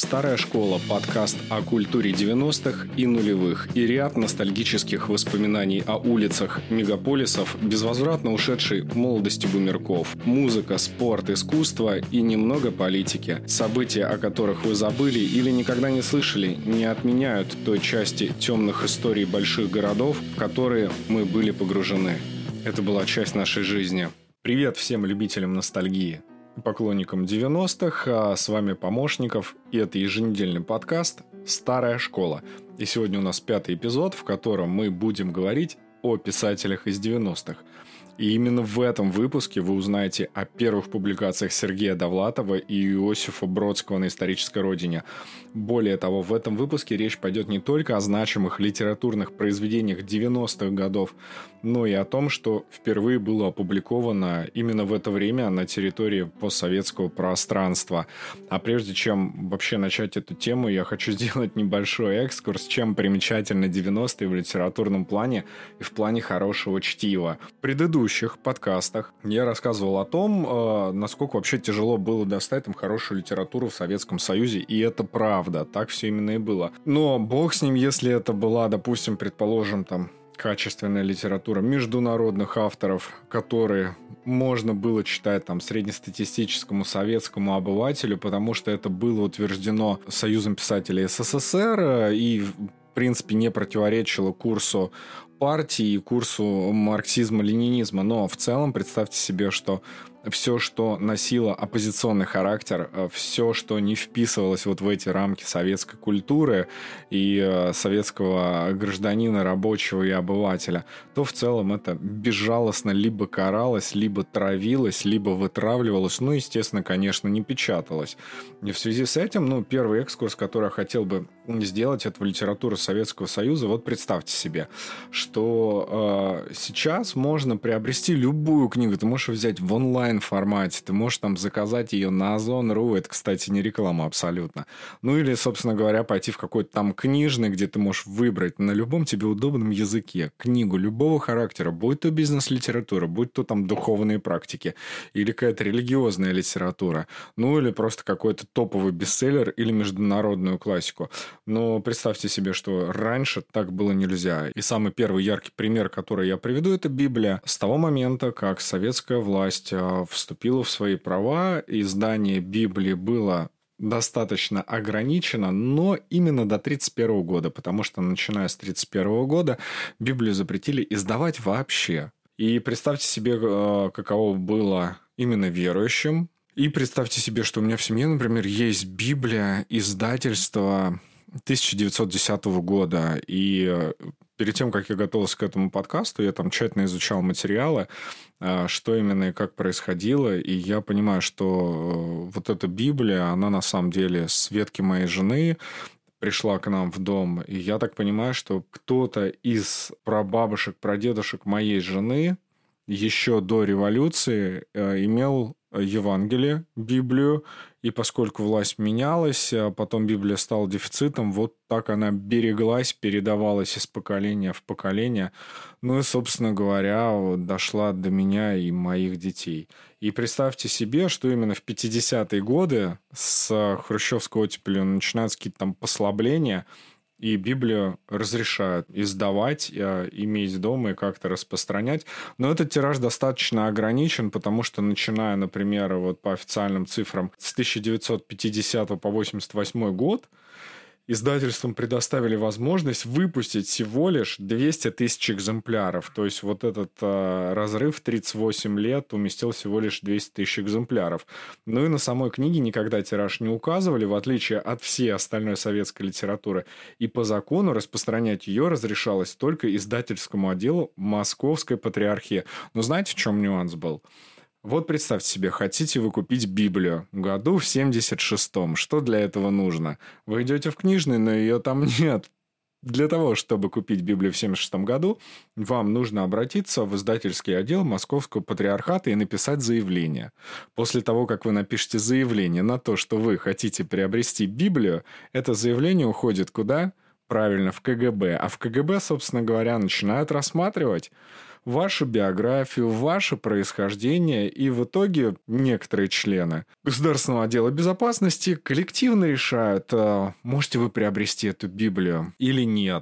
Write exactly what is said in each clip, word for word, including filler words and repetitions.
«Старая школа» – подкаст о культуре девяностых и нулевых и ряд ностальгических воспоминаний о улицах мегаполисов, безвозвратно ушедшей молодости бумерков. Музыка, спорт, искусство и немного политики. События, о которых вы забыли или никогда не слышали, не отменяют той части темных историй больших городов, в которые мы были погружены. Это была часть нашей жизни. Привет всем любителям ностальгии, поклонникам девяностых, а с вами Помощников, и это еженедельный подкаст «Старая школа». И сегодня у нас пятый эпизод, в котором мы будем говорить о писателях из девяностых. И именно в этом выпуске вы узнаете о первых публикациях Сергея Довлатова и Иосифа Бродского на исторической родине. Более того, в этом выпуске речь пойдет не только о значимых литературных произведениях девяностых годов, но и о том, что впервые было опубликовано именно в это время на территории постсоветского пространства. А прежде чем вообще начать эту тему, я хочу сделать небольшой экскурс, чем примечательны девяностые в литературном плане и в плане хорошего чтива. Предыдущий В предыдущих подкастах я рассказывал о том, насколько вообще тяжело было достать там хорошую литературу в Советском Союзе, и это правда, так все именно и было. Но бог с ним, если это была, допустим, предположим, там, качественная литература международных авторов, которые можно было читать там среднестатистическому советскому обывателю, потому что это было утверждено Союзом писателей СССР и, в принципе, не противоречило курсу партии и курсу марксизма-ленинизма. Но в целом представьте себе, что все, что носило оппозиционный характер, все, что не вписывалось вот в эти рамки советской культуры и советского гражданина, рабочего и обывателя, то в целом это безжалостно либо каралось, либо травилось, либо вытравливалось, ну, естественно, конечно, не печаталось. И в связи с этим, ну, первый экскурс, который я хотел бы сделать, это в литературу Советского Союза. Вот представьте себе, что э, сейчас можно приобрести любую книгу, ты можешь взять в онлайн формате, ты можешь там заказать ее на Озон точка ру, это, кстати, не реклама абсолютно. Ну или, собственно говоря, пойти в какой-то там книжный, где ты можешь выбрать на любом тебе удобном языке книгу любого характера, будь то бизнес-литература, будь то там духовные практики, или какая-то религиозная литература, ну или просто какой-то топовый бестселлер или международную классику. Но представьте себе, что раньше так было нельзя. И самый первый яркий пример, который я приведу, это Библия. С того момента, как советская власть вступила в свои права, издание Библии было достаточно ограничено, но именно до тридцать первого года, потому что начиная с тридцать первого года Библию запретили издавать вообще. И представьте себе, каково было именно верующим. И представьте себе, что у меня в семье, например, есть Библия издательства тысяча девятьсот десятого года, и перед тем, как я готовился к этому подкасту, я там тщательно изучал материалы, что именно и как происходило, и я понимаю, что вот эта Библия, она на самом деле с ветки моей жены пришла к нам в дом, и я так понимаю, что кто-то из прабабушек, прадедушек моей жены еще до революции имел Евангелие, Библию, и поскольку власть менялась, а потом Библия стала дефицитом, вот так она береглась, передавалась из поколения в поколение. Ну и, собственно говоря, вот дошла до меня и моих детей. И представьте себе, что именно в пятидесятые годы с хрущевской оттепелью начинаются какие-то там послабления, и Библию разрешают издавать, иметь дома и как-то распространять. Но этот тираж достаточно ограничен, потому что, начиная, например, вот по официальным цифрам, с тысяча девятьсот пятидесятого по восемьдесят восьмой год издательствам предоставили возможность выпустить всего лишь двести тысяч экземпляров. То есть вот этот э, разрыв в тридцать восемь лет уместил всего лишь двести тысяч экземпляров. Ну и на самой книге никогда тираж не указывали, в отличие от всей остальной советской литературы. И по закону распространять ее разрешалось только издательскому отделу Московской Патриархии. Но знаете, в чем нюанс был? Вот представьте себе, хотите вы купить Библию году в семьдесят шестом. Что для этого нужно? Вы идете в книжный, но ее там нет. Для того, чтобы купить Библию в семьдесят шестом году, вам нужно обратиться в издательский отдел Московского Патриархата и написать заявление. После того, как вы напишете заявление на то, что вы хотите приобрести Библию, это заявление уходит куда? Правильно, в ка гэ бэ. А в ка гэ бэ, собственно говоря, начинают рассматривать вашу биографию, ваше происхождение, и в итоге некоторые члены государственного отдела безопасности коллективно решают, можете вы приобрести эту Библию или нет.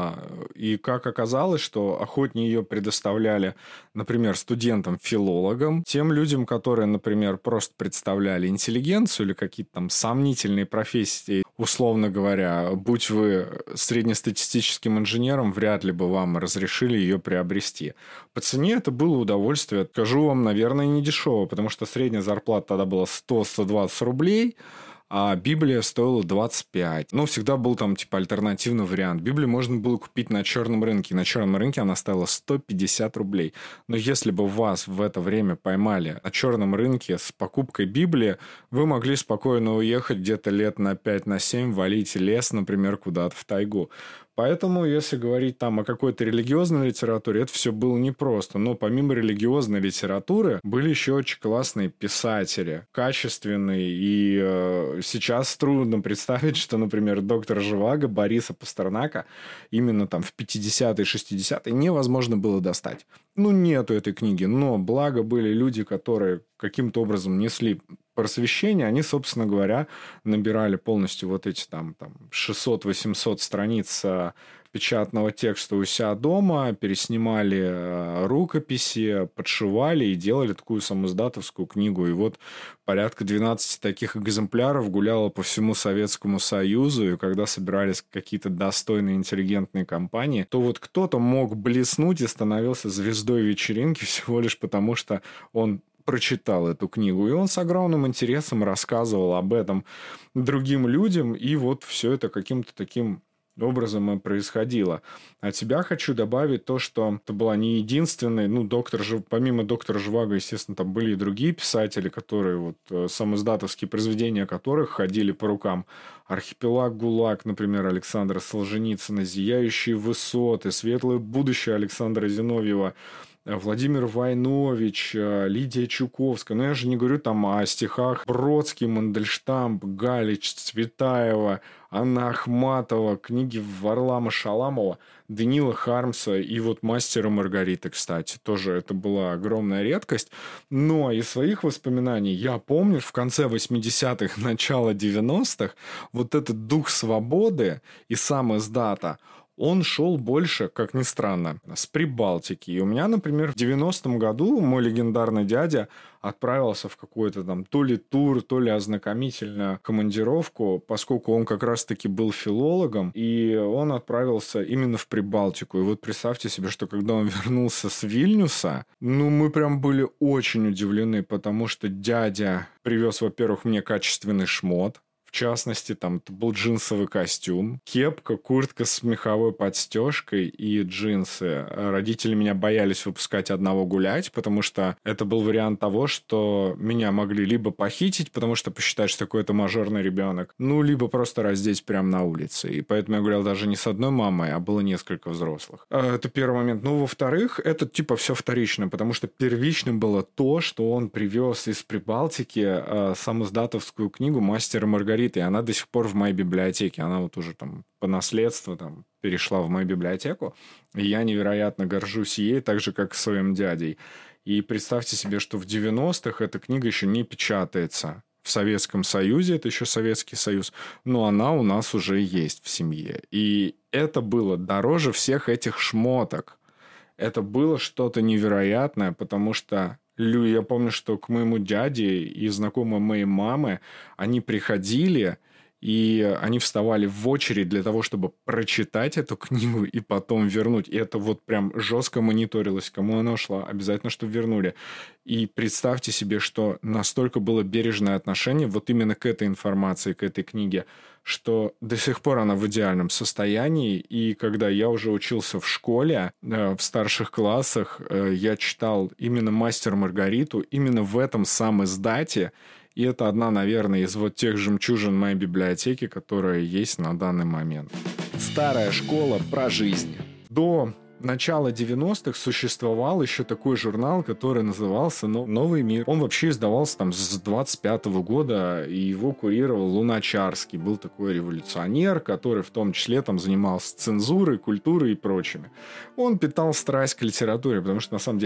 И как оказалось, что охотнее ее предоставляли, например, студентам-филологам, тем людям, которые, например, просто представляли интеллигенцию или какие-то там сомнительные профессии, условно говоря, будь вы среднестатистическим инженером, вряд ли бы вам разрешили ее приобрести. По цене это было удовольствие, скажу вам, наверное, не дешево, потому что средняя зарплата тогда была сто - сто двадцать рублей, а Библия стоила двадцать пять. Ну, всегда был там типа альтернативный вариант. Библию можно было купить на черном рынке. На черном рынке она стоила сто пятьдесят рублей. Но если бы вас в это время поймали на черном рынке с покупкой Библии, вы могли спокойно уехать где-то лет на пять на семь, валить лес, например, куда-то в тайгу. Поэтому, если говорить там о какой-то религиозной литературе, это все было непросто. Но помимо религиозной литературы были еще очень классные писатели, качественные. И э, сейчас трудно представить, что, например, доктор Живаго Бориса Пастернака именно там в пятидесятые, шестидесятые невозможно было достать. Ну, нету этой книги. Но благо были люди, которые каким-то образом несли просвещение, они, собственно говоря, набирали полностью вот эти там, там шестьсот-восемьсот страниц печатного текста у себя дома, переснимали рукописи, подшивали и делали такую самоиздатовскую книгу. И вот порядка двенадцати таких экземпляров гуляло по всему Советскому Союзу, и когда собирались какие-то достойные, интеллигентные компании, то вот кто-то мог блеснуть и становился звездой вечеринки всего лишь потому, что он прочитал эту книгу, и он с огромным интересом рассказывал об этом другим людям, и вот все это каким-то таким образом и происходило. От себя хочу добавить то, что это была не единственная, ну, доктор, помимо доктора Живаго, естественно, там были и другие писатели, которые вот самоиздатовские произведения которых ходили по рукам. «Архипелаг ГУЛАГ», например, Александра Солженицына, «Зияющие высоты», «Светлое будущее» Александра Зиновьева, Владимир Войнович, Лидия Чуковская. Но я же не говорю там о стихах Бродский, Мандельштам, Галич, Цветаева, Анна Ахматова, книги Варлама Шаламова, Даниила Хармса и вот «Мастера Маргариты», кстати. Тоже это была огромная редкость. Но из своих воспоминаний я помню, в конце восьмидесятых, начало девяностых вот этот дух свободы и самоиздата, он шел больше, как ни странно, с Прибалтики. И у меня, например, в девяностом году мой легендарный дядя отправился в какой-то там то ли тур, то ли ознакомительную командировку, поскольку он как раз-таки был филологом, и он отправился именно в Прибалтику. И вот представьте себе, что когда он вернулся с Вильнюса, ну, мы прям были очень удивлены, потому что дядя привез, во-первых, мне качественный шмот. В частности, там это был джинсовый костюм, кепка, куртка с меховой подстежкой и джинсы. Родители меня боялись выпускать одного гулять, потому что это был вариант того, что меня могли либо похитить, потому что посчитать, что какой-то мажорный ребенок, ну, либо просто раздеть прямо на улице. И поэтому я гулял даже не с одной мамой, а было несколько взрослых. Это первый момент. Ну, во-вторых, это типа все вторично, потому что первичным было то, что он привез из Прибалтики э, самоиздатовскую книгу «Мастера Маргариты». И она до сих пор в моей библиотеке. Она вот уже там по наследству там, перешла в мою библиотеку. И я невероятно горжусь ей, так же, как и своим дядей. И представьте себе, что в девяностых эта книга еще не печатается в Советском Союзе. Это еще Советский Союз. Но она у нас уже есть в семье. И это было дороже всех этих шмоток. Это было что-то невероятное, потому что я помню, что к моему дяде и знакомым моей мамы они приходили, и они вставали в очередь для того, чтобы прочитать эту книгу и потом вернуть. И это вот прям жестко мониторилось, кому она шла, обязательно, чтобы вернули. И представьте себе, что настолько было бережное отношение вот именно к этой информации, к этой книге, что до сих пор она в идеальном состоянии. И когда я уже учился в школе, в старших классах, я читал именно «Мастер Маргариту», именно в этом самом издате. И это одна, наверное, из вот тех жемчужин моей библиотеки, которая есть на данный момент. Старая школа про жизнь. До начала девяностых существовал еще такой журнал, который назывался «Новый мир». Он вообще издавался там с двадцать пятого года, и его курировал Луначарский. Был такой революционер, который в том числе там занимался цензурой, культурой и прочими. Он питал страсть к литературе, потому что на самом деле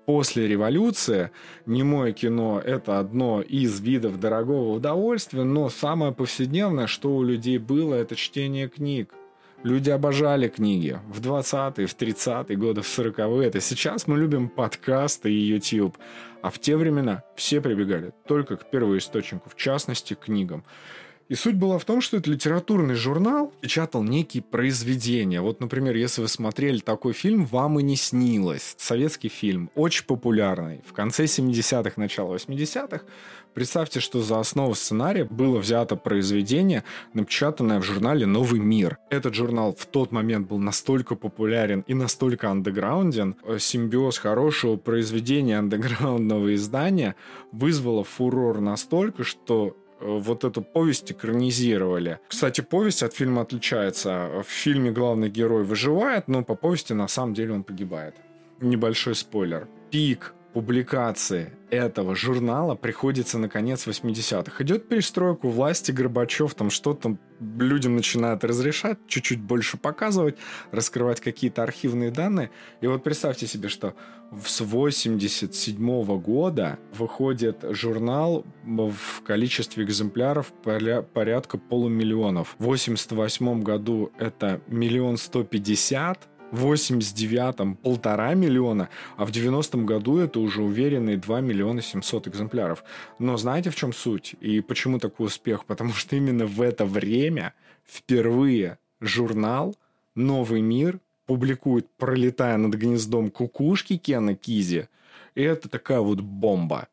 После революции немое кино – это одно из видов дорогого удовольствия, но самое повседневное, что у людей было, это чтение книг. Люди обожали книги в двадцатые, в тридцатые годы, в сороковые. Это сейчас мы любим подкасты и YouTube. А в те времена все прибегали только к первоисточнику, в частности, к книгам. И суть была в том, что это литературный журнал печатал некие произведения. Вот, например, если вы смотрели такой фильм «Вам и не снилось». Советский фильм, очень популярный. В конце семидесятых, начало восьмидесятых. Представьте, что за основу сценария было взято произведение, напечатанное в журнале «Новый мир». Этот журнал в тот момент был настолько популярен и настолько андеграунден. Симбиоз хорошего произведения андеграундного издания вызвало фурор настолько, что вот эту повесть экранизировали. Кстати, повесть от фильма отличается. В фильме главный герой выживает, но по повести на самом деле он погибает. Небольшой спойлер. Пик публикации этого журнала приходится на конец восьмидесятых. Идет перестройка у власти, Горбачев там что-то людям начинает разрешать, чуть-чуть больше показывать, раскрывать какие-то архивные данные. И вот представьте себе, что с восемьдесят седьмого года выходит журнал в количестве экземпляров порядка полумиллионов. В восемьдесят восьмом году это миллион сто пятьдесят, в восемьдесят девятом полтора миллиона, а в девяностом году это уже уверенные два миллиона семьсот экземпляров. Но знаете, в чем суть? И почему такой успех? Потому что именно в это время впервые журнал «Новый мир» публикует «Пролетая над гнездом кукушки» Кена Кизи. И это такая вот бомба.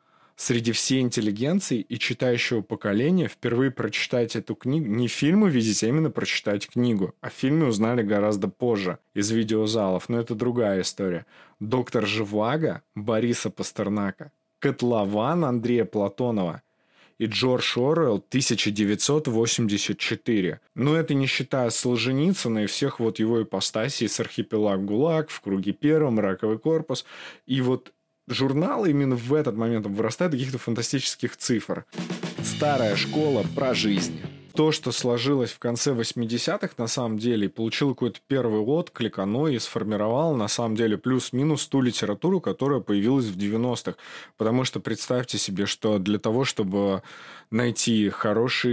Среди всей интеллигенции и читающего поколения впервые прочитать эту книгу, не фильмы видеть, а именно прочитать книгу. О фильме узнали гораздо позже из видеозалов, но это другая история. «Доктор Живаго» Бориса Пастернака, «Котлован» Андрея Платонова и Джордж Оруэлл тысяча девятьсот восемьдесят четыре. Но это не считая Солженицына и всех вот его ипостасей с «Архипелаг ГУЛАГ», «В круге первом», «Раковый корпус». И вот журнал именно в этот момент вырастает до каких-то фантастических цифр. Старая школа про жизнь. То, что сложилось в конце восьмидесятых, на самом деле, получило какой-то первый отклик, оно и сформировало, на самом деле, плюс-минус ту литературу, которая появилась в девяностых. Потому что представьте себе, что для того, чтобы найти хорошие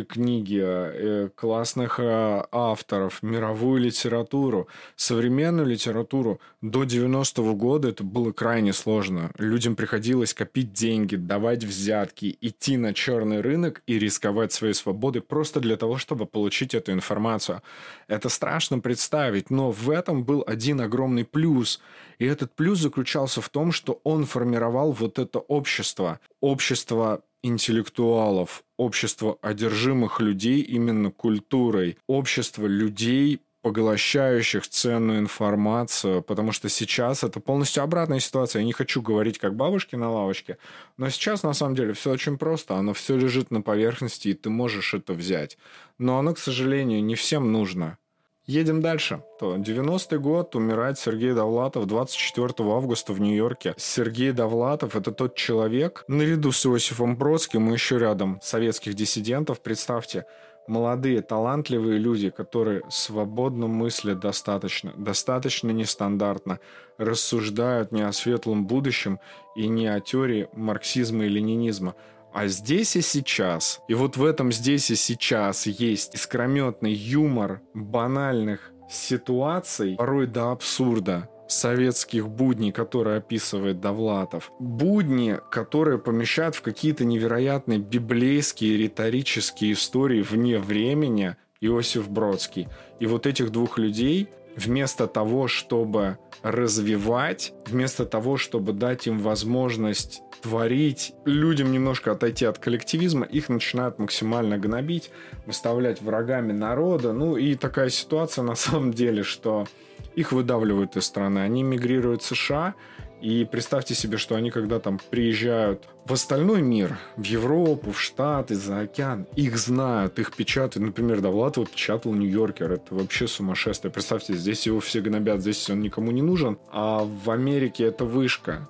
книги, классных авторов, мировую литературу, современную литературу, до девяностого года это было крайне сложно. Людям приходилось копить деньги, давать взятки, идти на черный рынок и рисковать своей свободой просто для того, чтобы получить эту информацию. Это страшно представить, но в этом был один огромный плюс. И этот плюс заключался в том, что он формировал вот это общество. Общество интеллектуалов, общество одержимых людей именно культурой, общество людей, поглощающих ценную информацию, потому что сейчас это полностью обратная ситуация. Я не хочу говорить как бабушки на лавочке, но сейчас на самом деле все очень просто. Оно все лежит на поверхности, и ты можешь это взять. Но оно, к сожалению, не всем нужно. Едем дальше. То девяностый год, умирает Сергей Довлатов двадцать четвёртого августа в Нью-Йорке. Сергей Довлатов – это тот человек, наряду с Иосифом Бродским и еще рядом советских диссидентов, представьте, молодые, талантливые люди, которые свободно мыслят достаточно, достаточно нестандартно, рассуждают не о светлом будущем и не о теории марксизма и ленинизма, а здесь и сейчас. И вот в этом здесь и сейчас есть искрометный юмор банальных ситуаций, порой до абсурда, советских будней, которые описывает Довлатов. Будни, которые помещают в какие-то невероятные библейские риторические истории вне времени Иосиф Бродский. И вот этих двух людей вместо того, чтобы развивать, вместо того, чтобы дать им возможность творить, людям немножко отойти от коллективизма, их начинают максимально гнобить, выставлять врагами народа. Ну и такая ситуация на самом деле, что их выдавливают из страны. Они мигрируют в США, и представьте себе, что они когда там приезжают в остальной мир, в Европу, в Штаты, за океан, их знают, их печатают. Например, Довлатова печатал Нью-Йоркер. Это вообще сумасшествие. Представьте, здесь его все гнобят, здесь он никому не нужен. А в Америке это вышка.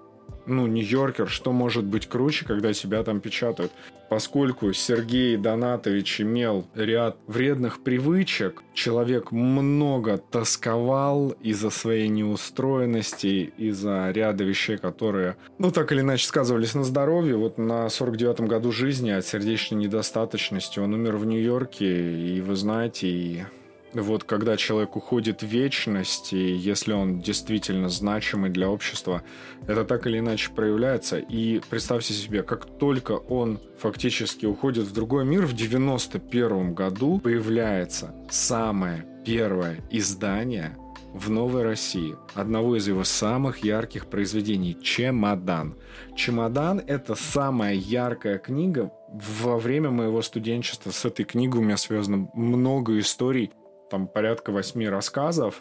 ну, Нью-Йоркер, что может быть круче, когда тебя там печатают? Поскольку Сергей Донатович имел ряд вредных привычек, человек много тосковал из-за своей неустроенности, из-за ряда вещей, которые, ну, так или иначе сказывались на здоровье. Вот на сорок девятом году жизни от сердечной недостаточности он умер в Нью-Йорке, и вы знаете, и... Вот когда человек уходит в вечность, и если он действительно значимый для общества, это так или иначе проявляется. И представьте себе, как только он фактически уходит в другой мир, в девяносто первом году появляется самое первое издание в Новой России одного из его самых ярких произведений «Чемодан». «Чемодан» — это самая яркая книга во время моего студенчества. С этой книгой у меня связано много историй. Там порядка восьми рассказов,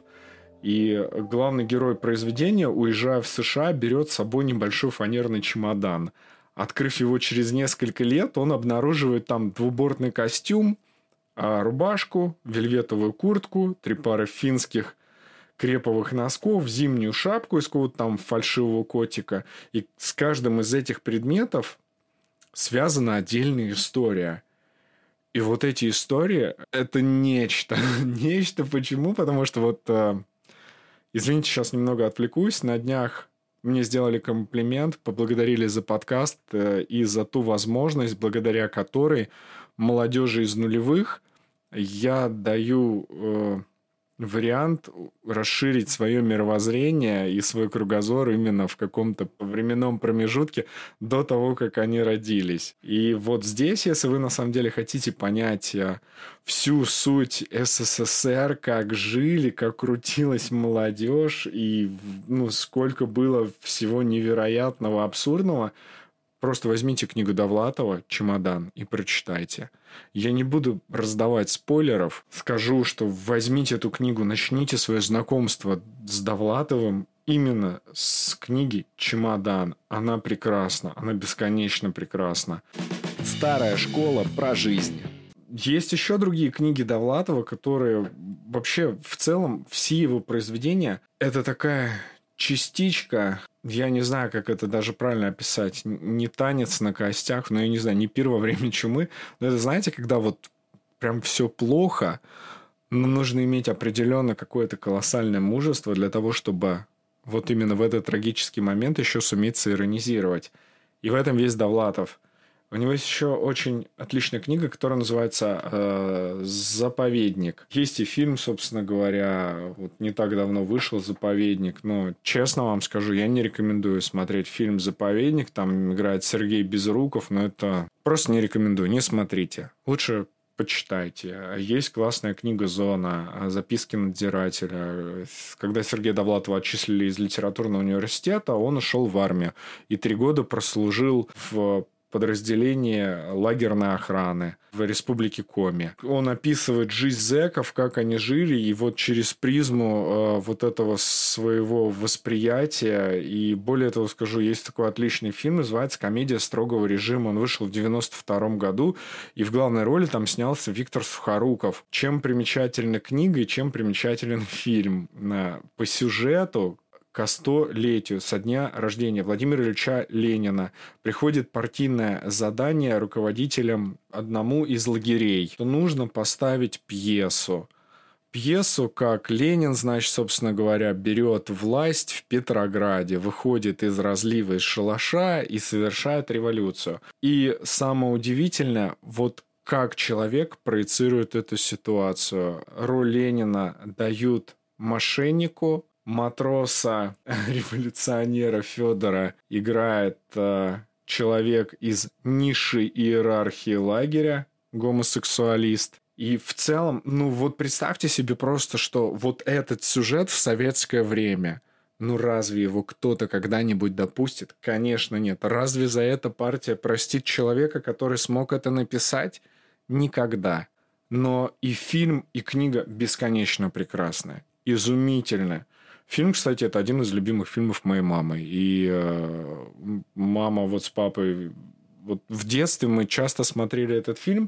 и главный герой произведения, уезжая в США, берет с собой небольшой фанерный чемодан. Открыв его через несколько лет, он обнаруживает там двубортный костюм, рубашку, вельветовую куртку, три пары финских креповых носков, зимнюю шапку из какого-то там фальшивого котика. И с каждым из этих предметов связана отдельная история. И вот эти истории – это нечто. Нечто. Почему? Потому что вот, э, извините, сейчас немного отвлекусь. На днях мне сделали комплимент, поблагодарили за подкаст э, и за ту возможность, благодаря которой молодежи из нулевых я даю э, вариант расширить свое мировоззрение и свой кругозор именно в каком-то временном промежутке до того, как они родились. И вот здесь, если вы на самом деле хотите понять всю суть СССР, как жили, как крутилась молодежь и ну, сколько было всего невероятного, абсурдного, просто возьмите книгу Довлатова «Чемодан» и прочитайте. Я не буду раздавать спойлеров. Скажу, что возьмите эту книгу, начните свое знакомство с Довлатовым именно с книги «Чемодан». Она прекрасна, она бесконечно прекрасна. Старая школа про жизнь. Есть еще другие книги Довлатова, которые вообще в целом все его произведения – это такая частичка... Я не знаю, как это даже правильно описать. Не танец на костях, но я не знаю, не пир во время чумы. Но это, знаете, когда вот прям все плохо, но нужно иметь определенно какое-то колоссальное мужество для того, чтобы вот именно в этот трагический момент еще суметь сиронизировать. И в этом весь Довлатов. У него есть еще очень отличная книга, которая называется э, «Заповедник». Есть и фильм, собственно говоря, вот не так давно вышел «Заповедник». Но, честно вам скажу, я не рекомендую смотреть фильм «Заповедник». Там играет Сергей Безруков, но это просто не рекомендую, не смотрите. Лучше почитайте. Есть классная книга «Зона», «Записки надзирателя». Когда Сергея Довлатова отчислили из литературного университета, он ушел в армию. И три года прослужил в подразделение лагерной охраны в республике Коми. Он описывает жизнь зэков, как они жили, и вот через призму э, вот этого своего восприятия. И более того скажу, есть такой отличный фильм, называется «Комедия строгого режима». Он вышел в девяносто втором году, и в главной роли там снялся Виктор Сухоруков. Чем примечательна книга и чем примечателен фильм? По сюжету ко столетию со дня рождения Владимира Ильича Ленина приходит партийное задание руководителям одному из лагерей, что нужно поставить пьесу. Пьесу, как Ленин, значит, собственно говоря, берет власть в Петрограде, выходит из разлива, из шалаша и совершает революцию. И самое удивительное, вот как человек проецирует эту ситуацию. Роль Ленина дают мошеннику, матроса, революционера Федора играет э, человек из низшей иерархии лагеря, гомосексуалист. И в целом, ну вот представьте себе просто, что вот этот сюжет в советское время, ну разве его кто-то когда-нибудь допустит? Конечно нет. Разве за это партия простит человека, который смог это написать? Никогда. Но и фильм, и книга бесконечно прекрасная, изумительная. Фильм, кстати, это один из любимых фильмов моей мамы. И э, мама вот с папой... Вот в детстве мы часто смотрели этот фильм,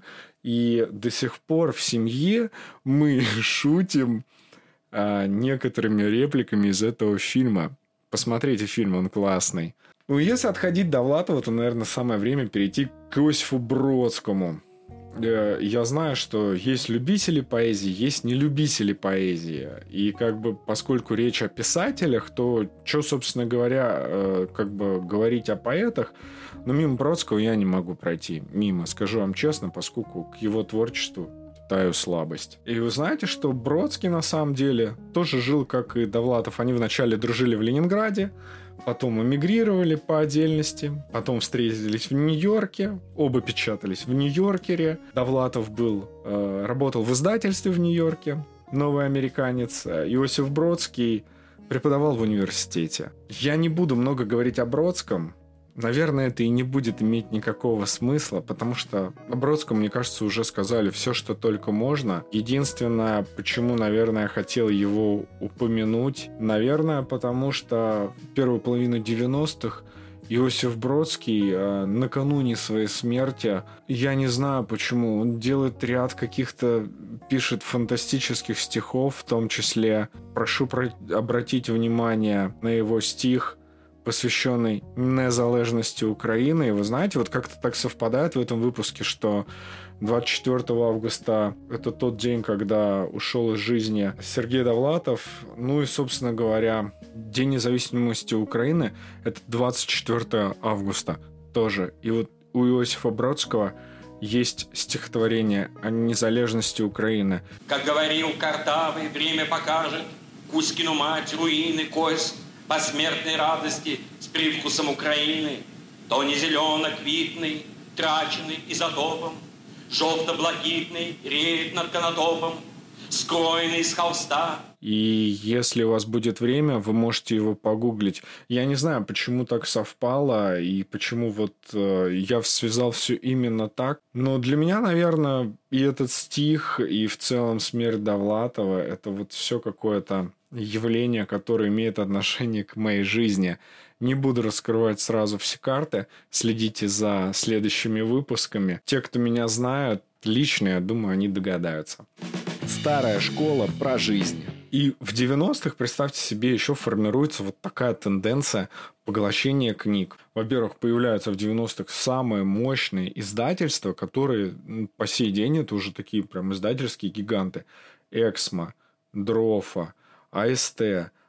и до сих пор в семье мы шутим э, некоторыми репликами из этого фильма. Посмотрите фильм, он классный. Ну, если отходить до Довлатова, то, наверное, самое время перейти к Иосифу Бродскому. Я знаю, что есть любители поэзии, есть нелюбители поэзии. И как бы, поскольку речь о писателях, то что, собственно говоря, как бы говорить о поэтах, но мимо Бродского я не могу пройти. Мимо, скажу вам честно, поскольку к его творчеству питаю слабость. И вы знаете, что Бродский на самом деле тоже жил, как и Довлатов. Они вначале дружили в Ленинграде, потом эмигрировали по отдельности, потом встретились в Нью-Йорке, оба печатались в Нью-Йоркере. Довлатов был, э, работал в издательстве в Нью-Йорке, «Новый американец». Иосиф Бродский преподавал в университете. Я не буду много говорить о Бродском. Наверное, это и не будет иметь никакого смысла, потому что о Бродском, мне кажется, уже сказали все, что только можно. Единственное, почему, наверное, я хотел его упомянуть, наверное, потому что в первую половину девяностых Иосиф Бродский э, накануне своей смерти, я не знаю почему, он делает ряд каких-то, пишет фантастических стихов, в том числе, прошу про- обратить внимание на его стих, посвященный незалежности Украины. И вы знаете, вот как-то так совпадает в этом выпуске, что двадцать четвёртого августа это тот день, когда ушел из жизни Сергей Довлатов. Ну и, собственно говоря, День независимости Украины это двадцать четвёртого августа тоже. И вот у Иосифа Бродского есть стихотворение о незалежности Украины. Как говорил Картавый, время покажет Кузькину мать, руины, кость посмертной радости с привкусом Украины, то не зелено-квитный, траченный изотопом, желто-блакитный реет над Конотопом, скроенный из холста. И если у вас будет время, вы можете его погуглить. Я не знаю, почему так совпало и почему вот э, я связал все именно так. Но для меня, наверное, и этот стих, и в целом смерть Довлатова, это вот все какое-то явление, которое имеет отношение к моей жизни. Не буду раскрывать сразу все карты. Следите за следующими выпусками. Те, кто меня знают, лично, я думаю, они догадаются. Старая школа про жизнь. И в девяностых, представьте себе, еще формируется вот такая тенденция поглощения книг. Во-первых, появляются в девяностых самые мощные издательства, которые по сей день это уже такие прям издательские гиганты. Эксмо, Дрофа, АСТ,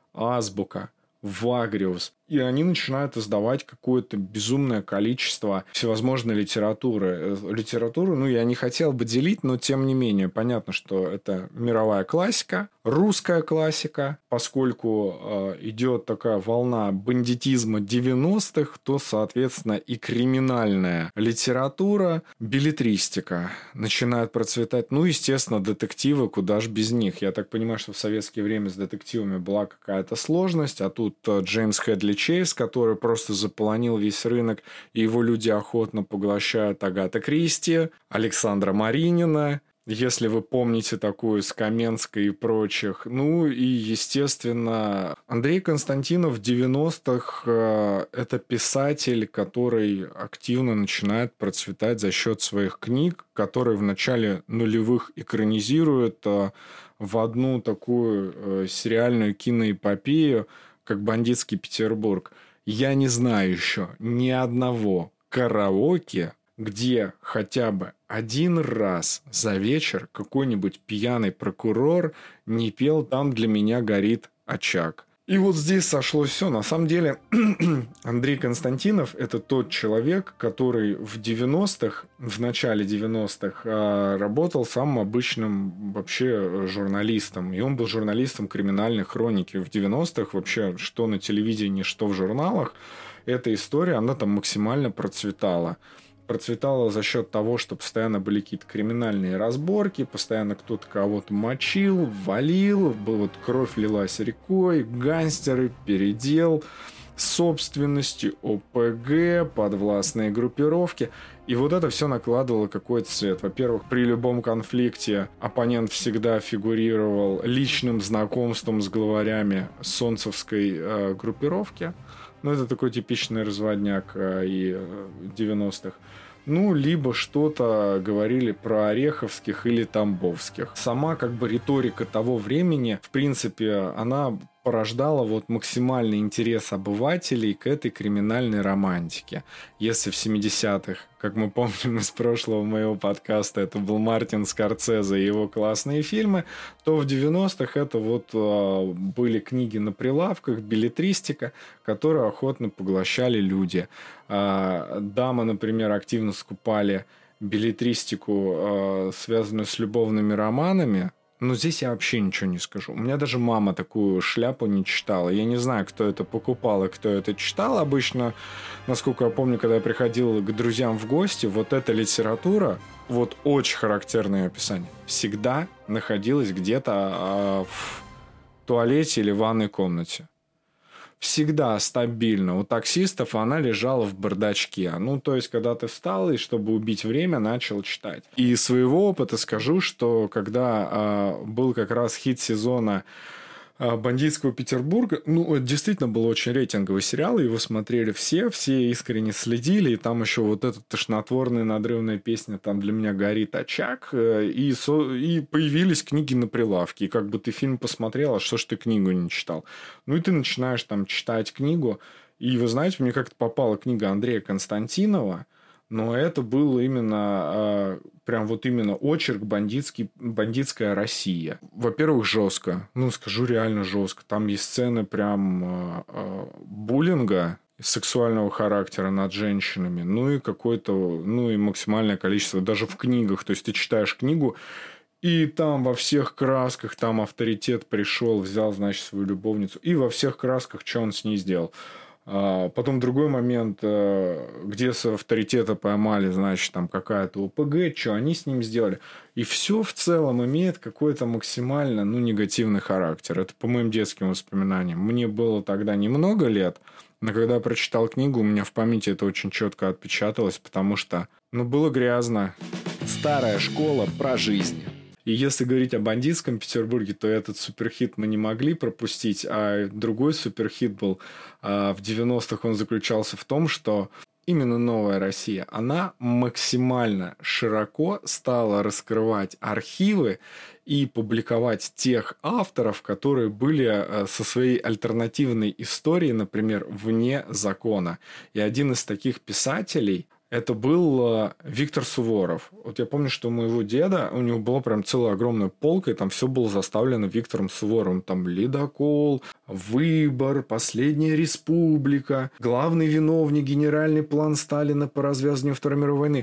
Азбука, Вагриус. И они начинают издавать какое-то безумное количество всевозможной литературы. Литературу, ну, я не хотел бы делить, но тем не менее, понятно, что это мировая классика, русская классика. Поскольку э, идет такая волна бандитизма девяностых, то, соответственно, и криминальная литература, беллетристика начинает процветать. Ну, естественно, детективы, куда ж без них. Я так понимаю, что в советское время с детективами была какая-то сложность, а тут э, Джеймс Хедли Чейз, который просто заполонил весь рынок, и его люди охотно поглощают Агата Кристи, Александра Маринина, если вы помните такую с Каменской и прочих. Ну и, естественно, Андрей Константинов в девяностых э, это писатель, который активно начинает процветать за счет своих книг, которые в начале нулевых экранизирует э, в одну такую э, сериальную киноэпопею, как «Бандитский Петербург». Я не знаю еще ни одного караоке, где хотя бы один раз за вечер какой-нибудь пьяный прокурор не пел «Там для меня горит очаг». И вот здесь сошлось все. На самом деле Андрей Константинов – это тот человек, который в девяностых, в начале девяностых работал самым обычным вообще журналистом. И он был журналистом криминальной хроники. В девяностых вообще что на телевидении, что в журналах, эта история, она там максимально процветала. Процветала за счет того, что постоянно были какие-то криминальные разборки, постоянно кто-то кого-то мочил, валил, вот кровь лилась рекой, гангстеры, передел, собственности, ОПГ, подвластные группировки. И вот это все накладывало какой-то цвет. Во-первых, при любом конфликте оппонент всегда фигурировал личным знакомством с главарями солнцевской э, группировки. Ну, это такой типичный разводняк э, и э, девяностых. Ну, либо что-то говорили про ореховских или тамбовских. Сама как бы риторика того времени, в принципе, она порождало вот максимальный интерес обывателей к этой криминальной романтике. Если в семидесятых, как мы помним из прошлого моего подкаста, это был Мартин Скорсезе и его классные фильмы, то в девяностых это вот э, были книги на прилавках, беллетристика, которую охотно поглощали люди. Э, дамы, например, активно скупали беллетристику, э, связанную с любовными романами. Но здесь я вообще ничего не скажу. У меня даже мама такую шляпу не читала. Я не знаю, кто это покупал и кто это читал. Обычно, насколько я помню, когда я приходил к друзьям в гости, вот эта литература, вот очень характерное описание, всегда находилась где-то а, в туалете или ванной комнате. Всегда стабильно. У таксистов она лежала в бардачке. Ну, то есть, когда ты встал и, чтобы убить время, начал читать. И из своего опыта скажу, что когда э, был как раз хит сезона э, «Бандитского Петербурга», ну, это действительно был очень рейтинговый сериал, его смотрели все, все искренне следили, и там еще вот эта тошнотворная надрывная песня «Там для меня горит очаг», э, и, со, и появились книги на прилавке. И как бы ты фильм посмотрел, а что ж ты книгу не читал? Ну, и ты начинаешь там читать книгу. И вы знаете, мне как-то попала книга Андрея Константинова, но это был именно, э, прям вот именно очерк бандитский, «Бандитская Россия». Во-первых, жестко. Ну, скажу реально жестко. Там есть сцены прям э, э, буллинга сексуального характера над женщинами. Ну, и какое-то, ну, и максимальное количество, даже в книгах. То есть, ты читаешь книгу, и там во всех красках, там авторитет пришел, взял, значит, свою любовницу. И во всех красках, что он с ней сделал. А потом другой момент, где с авторитета поймали, значит, там какая-то ОПГ, что они с ним сделали. И все в целом имеет какой-то максимально, ну, негативный характер. Это по моим детским воспоминаниям. Мне было тогда немного лет, но когда я прочитал книгу, у меня в памяти это очень четко отпечаталось, потому что, ну, было грязно. Старая школа про жизнь. И если говорить о бандитском Петербурге, то этот суперхит мы не могли пропустить, а другой суперхит был а, в девяностых, он заключался в том, что именно «Новая Россия», она максимально широко стала раскрывать архивы и публиковать тех авторов, которые были со своей альтернативной историей, например, вне закона. И один из таких писателей – это был Виктор Суворов. Вот я помню, что у моего деда, у него была прям целая огромная полка, и там все было заставлено Виктором Суворовым. Там «Ледокол», «Выбор», «Последняя республика», «Главный виновник», «Генеральный план Сталина по развязыванию Второй мировой войны».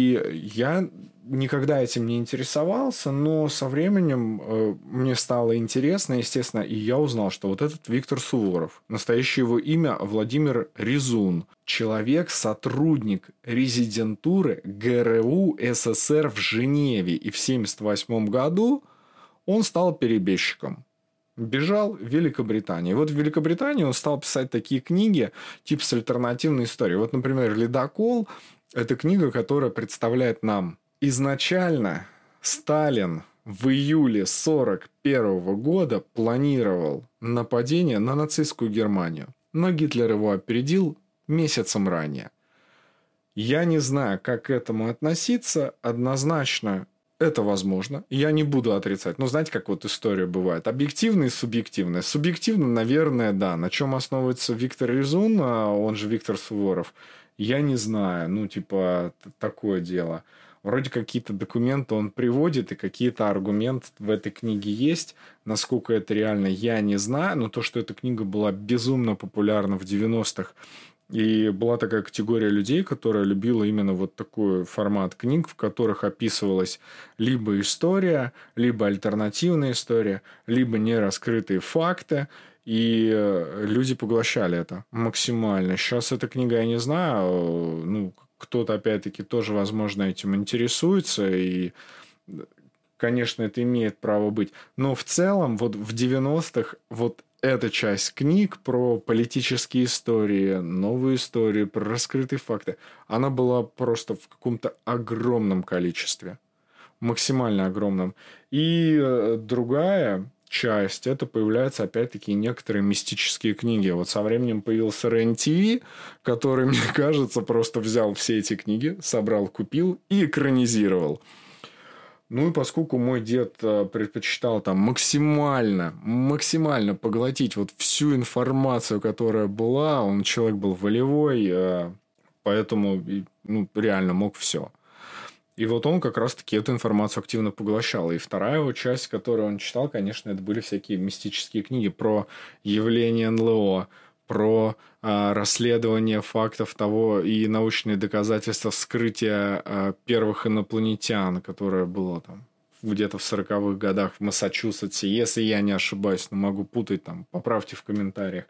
И я никогда этим не интересовался, но со временем э, мне стало интересно, естественно, и я узнал, что вот этот Виктор Суворов, настоящее его имя Владимир Резун, человек, сотрудник резидентуры ГРУ СССР в Женеве, и в семьдесят восьмом году он стал перебежчиком. Бежал в Великобританию. И вот в Великобритании он стал писать такие книги, типа с альтернативной историей. Вот, например, «Ледокол» – это книга, которая представляет нам изначально Сталин в июле сорок первого года планировал нападение на нацистскую Германию. Но Гитлер его опередил месяцем ранее. Я не знаю, как к этому относиться. Однозначно это возможно. Я не буду отрицать. Но знаете, как вот история бывает? Объективная и субъективная. Субъективно, наверное, да. На чем основывается Виктор Резун, он же Виктор Суворов, я не знаю. Ну, типа, такое дело. Вроде какие-то документы он приводит, и какие-то аргументы в этой книге есть. Насколько это реально, я не знаю. Но то, что эта книга была безумно популярна в девяностых, и была такая категория людей, которая любила именно вот такой формат книг, в которых описывалась либо история, либо альтернативная история, либо нераскрытые факты. И люди поглощали это максимально. Сейчас эта книга, я не знаю, ну, кто-то, опять-таки, тоже, возможно, этим интересуется, и, конечно, это имеет право быть. Но в целом, вот в девяностых, вот эта часть книг про политические истории, новые истории, про раскрытые факты, она была просто в каком-то огромном количестве. Максимально огромном. И другая часть, это появляются, опять-таки, некоторые мистические книги. Вот со временем появился РЕН ТВ, который, мне кажется, просто взял все эти книги, собрал, купил и экранизировал. Ну и поскольку мой дед предпочитал там максимально, максимально поглотить вот всю информацию, которая была, он человек был волевой, поэтому ну, реально мог все. И вот он как раз-таки эту информацию активно поглощал. И вторая его часть, которую он читал, конечно, это были всякие мистические книги про явление эн эл о, про а, расследование фактов того и научные доказательства вскрытия а, первых инопланетян, которое было там где-то в сороковых годах в Массачусетсе, если я не ошибаюсь, но могу путать, там, поправьте в комментариях.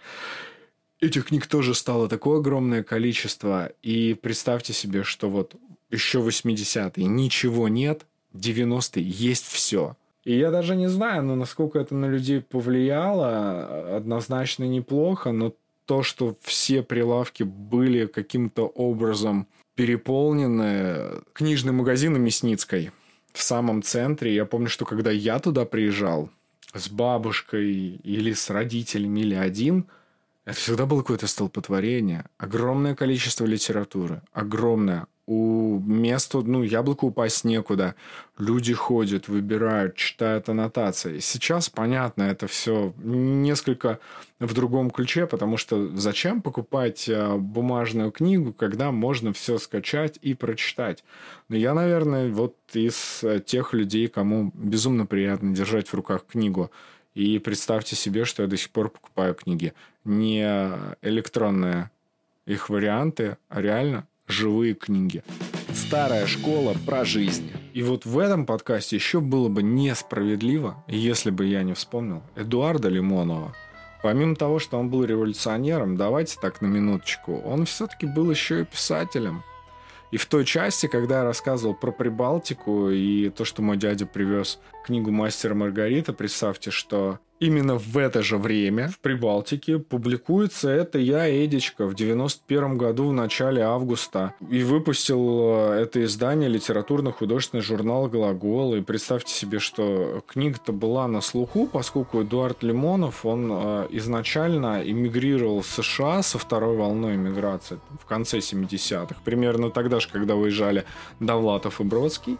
Этих книг тоже стало такое огромное количество, и представьте себе, что вот еще восьмидесятые ничего нет, девяностые есть все. И я даже не знаю, ну, насколько это на людей повлияло, однозначно неплохо, но то, что все прилавки были каким-то образом переполнены. Книжный магазин у Мясницкой в самом центре. Я помню, что когда я туда приезжал с бабушкой или с родителями, или один, это всегда было какое-то столпотворение. Огромное количество литературы. Огромное. У места, ну, яблоку упасть некуда. Люди ходят, выбирают, читают аннотации. Сейчас, понятно, это все несколько в другом ключе, потому что зачем покупать бумажную книгу, когда можно все скачать и прочитать? Но я, наверное, вот из тех людей, кому безумно приятно держать в руках книгу. И представьте себе, что я до сих пор покупаю книги. Не электронные их варианты, а реально живые книги. Старая школа про жизнь. И вот в этом подкасте еще было бы несправедливо, если бы я не вспомнил Эдуарда Лимонова. Помимо того, что он был революционером, давайте так на минуточку, он все-таки был еще и писателем. И в той части, когда я рассказывал про Прибалтику и то, что мой дядя привез книгу «Мастер и Маргарита», представьте, что именно в это же время в Прибалтике публикуется «Это я, Эдичка» в девяносто первом году в начале августа. И выпустил это издание литературно-художественный журнал «Глагол». И представьте себе, что книга-то была на слуху, поскольку Эдуард Лимонов, он изначально эмигрировал в США со второй волной эмиграции в конце семидесятых. Примерно тогда же, когда выезжали Довлатов и Бродский.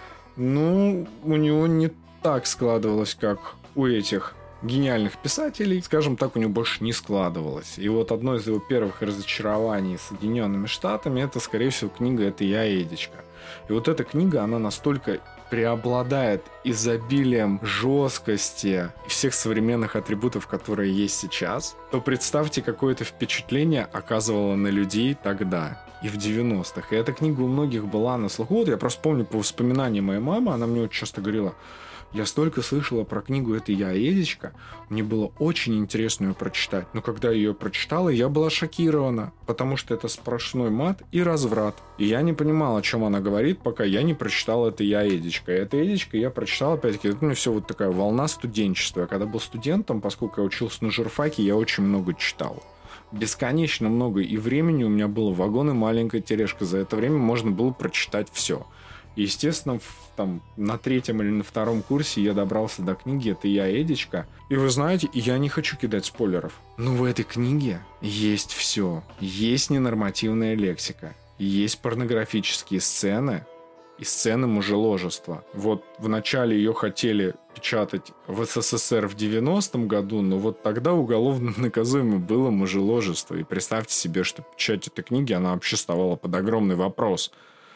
Ну, у него не так складывалось, как у этих гениальных писателей, скажем так, у него больше не складывалось. И вот одно из его первых разочарований с Соединенными Штатами, это, скорее всего, книга «Это я, Эдичка». И вот эта книга, она настолько преобладает изобилием жесткости и всех современных атрибутов, которые есть сейчас, то представьте, какое это впечатление оказывало на людей тогда и в девяностых. И эта книга у многих была на слуху. Вот я просто помню по воспоминаниям моей мамы, она мне очень часто говорила: я столько слышала про книгу «Это я, Эдичка», мне было очень интересно ее прочитать. Но когда я ее прочитала, я была шокирована, потому что это сплошной мат и разврат. И я не понимал, о чем она говорит, пока я не прочитал «Это я, Эдичка». И «Это Эдичка» я прочитал, опять-таки, это у меня все вот такая волна студенчества. Я когда был студентом, поскольку я учился на журфаке, я очень много читал. Бесконечно много. И времени у меня было вагон и маленькая тележка. За это время можно было прочитать все. И, естественно, в, там, на третьем или на втором курсе я добрался до книги «Это я, Эдичка». И вы знаете, я не хочу кидать спойлеров, но в этой книге есть все. Есть ненормативная лексика, есть порнографические сцены и сцены мужеложества. Вот вначале ее хотели печатать в эс эс эс эр в девяностом году, но вот тогда уголовно наказуемо было мужеложество. И представьте себе, что печать этой книги, она вообще вставала под огромный вопрос.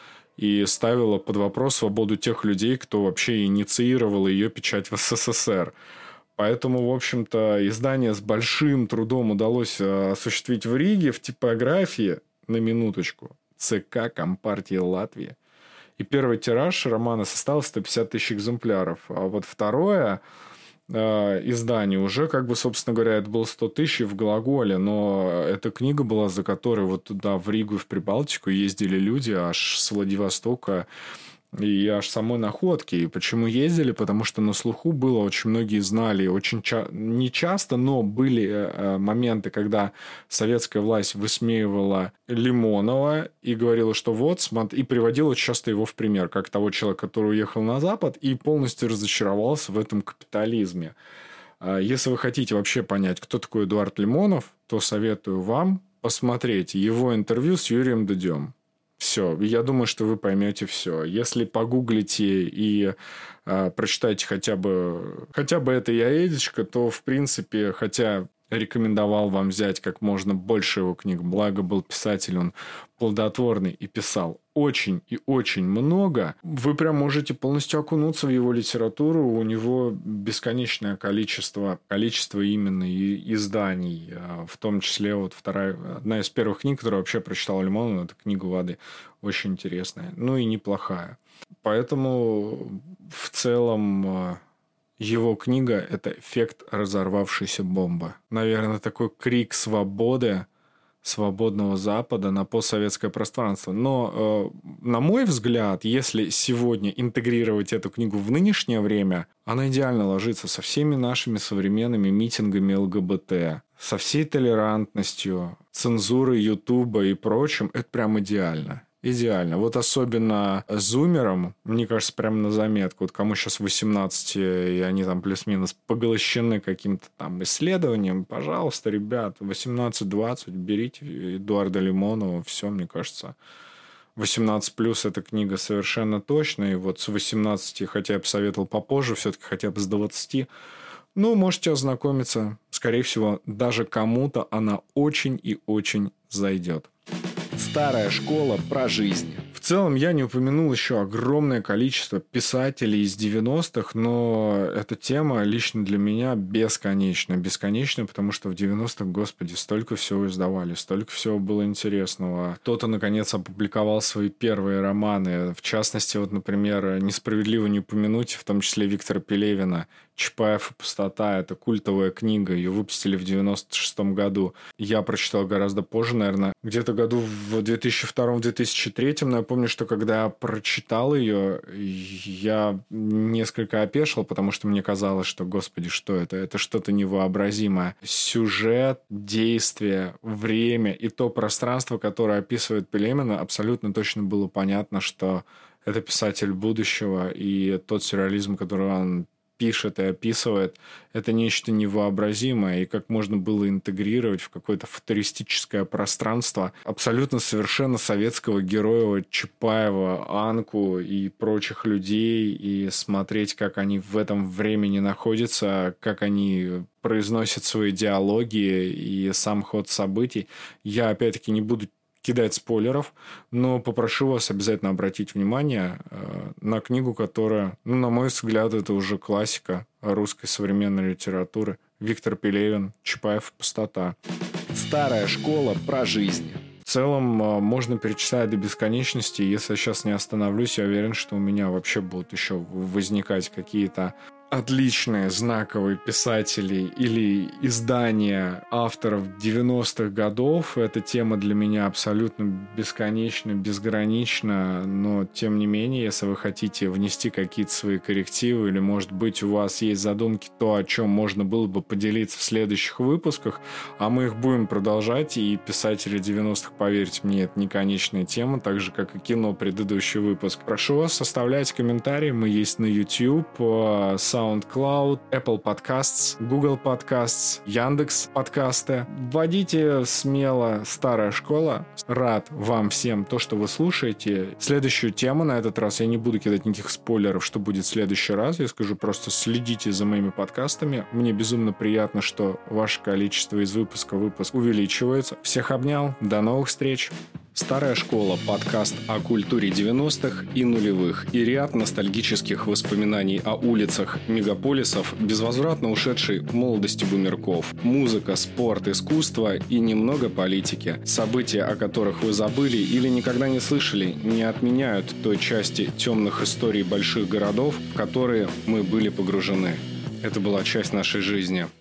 И ставила под вопрос свободу тех людей, кто вообще инициировал ее печать в эс эс эс эр. Поэтому, в общем-то, издание с большим трудом удалось осуществить в Риге в типографии, на минуточку, ЦК Компартии Латвии. И первый тираж романа составил сто пятьдесят тысяч экземпляров. А вот второе э, издание уже, как бы, собственно говоря, это было сто тысяч в Глаголе, но эта книга была, за которой вот туда, в Ригу и в Прибалтику ездили люди аж с Владивостока и аж самой Находки. И почему ездили? Потому что на слуху было, очень многие знали, очень ча- не часто, но были э, моменты, когда советская власть высмеивала Лимонова и говорила, что вот, смотри, и приводила часто его в пример, как того человека, который уехал на Запад и полностью разочаровался в этом капитализме. Если вы хотите вообще понять, кто такой Эдуард Лимонов, то советую вам посмотреть его интервью с Юрием Дудем. Все. Я думаю, что вы поймете все. Если погуглите и э, прочитаете хотя бы, хотя бы это «Я Эдичка», то, в принципе, хотя рекомендовал вам взять как можно больше его книг, благо был писатель, он плодотворный и писал очень и очень много, вы прям можете полностью окунуться в его литературу. У него бесконечное количество, количество именно и изданий, в том числе вот вторая, одна из первых книг, которую я вообще прочитал Лимонова, это «Книга воды», очень интересная, ну и неплохая. Поэтому в целом его книга – это «Эффект разорвавшейся бомбы». Наверное, такой крик свободы, свободного Запада на постсоветское пространство. Но, э, на мой взгляд, если сегодня интегрировать эту книгу в нынешнее время, она идеально ложится со всеми нашими современными митингами ЛГБТ, со всей толерантностью, цензурой Ютуба и прочим. Это прям идеально. Идеально. Вот особенно зумерам, мне кажется, прямо на заметку. Вот кому сейчас восемнадцать, и они там плюс-минус поглощены каким-то там исследованием, пожалуйста, ребят, восемнадцать-двадцать, берите Эдуарда Лимонова, все, мне кажется. восемнадцать плюс эта книга совершенно точно. И вот с восемнадцати, хотя я бы советовал попозже, все-таки хотя бы с двадцати, ну, можете ознакомиться. Скорее всего, даже кому-то она очень и очень зайдет. Старая школа про жизнь. В целом, я не упомянул еще огромное количество писателей из девяностых, но эта тема лично для меня бесконечна. Бесконечна, потому что в девяностых, господи, столько всего издавали, столько всего было интересного. Кто-то, наконец, опубликовал свои первые романы. В частности, вот, например, несправедливо не упомянуть, в том числе Виктора Пелевина, «Чапаев и пустота». Это культовая книга, ее выпустили в девяносто шестом году. Я прочитал гораздо позже, наверное, где-то году в две тысячи втором - две тысячи третьем, но я помню, что когда я прочитал ее, я несколько опешил, потому что мне казалось, что, господи, что это? Это что-то невообразимое. Сюжет, действие, время и то пространство, которое описывает Пелевина, абсолютно точно было понятно, что это писатель будущего, и тот сюрреализм, который он пишет и описывает, это нечто невообразимое, и как можно было интегрировать в какое-то футуристическое пространство абсолютно совершенно советского героя Чапаева, Анку и прочих людей, и смотреть, как они в этом времени находятся, как они произносят свои диалоги и сам ход событий. Я, опять-таки, не буду кидать спойлеров, но попрошу вас обязательно обратить внимание э, на книгу, которая, ну, на мой взгляд, это уже классика русской современной литературы. Виктор Пелевин, «Чапаев и пустота». Старая школа про жизнь. В целом э, можно перечислять до бесконечности. Если я сейчас не остановлюсь, я уверен, что у меня вообще будут еще возникать какие-то отличные, знаковые писатели или издания авторов девяностых годов. Эта тема для меня абсолютно бесконечна, безгранична, но тем не менее, если вы хотите внести какие-то свои коррективы или, может быть, у вас есть задумки, то, о чем можно было бы поделиться в следующих выпусках, а мы их будем продолжать, и писатели девяностых, поверьте мне, это не конечная тема, так же, как и кино, предыдущий выпуск. Прошу вас, оставляйте комментарии, мы есть на YouTube, SoundCloud, Apple Podcasts, Google Podcasts, Яндекс подкасты. Вводите смело «Старая школа». Рад вам всем то, что вы слушаете. Следующую тему на этот раз я не буду кидать никаких спойлеров, что будет в следующий раз. Я скажу, просто следите за моими подкастами. Мне безумно приятно, что ваше количество из выпуска в выпуск увеличивается. Всех обнял. До новых встреч. «Старая школа» – подкаст о культуре девяностых и нулевых и ряд ностальгических воспоминаний о улицах мегаполисов, безвозвратно ушедшей молодости бумерков. Музыка, спорт, искусство и немного политики. События, о которых вы забыли или никогда не слышали, не отменяют той части темных историй больших городов, в которые мы были погружены. Это была часть нашей жизни.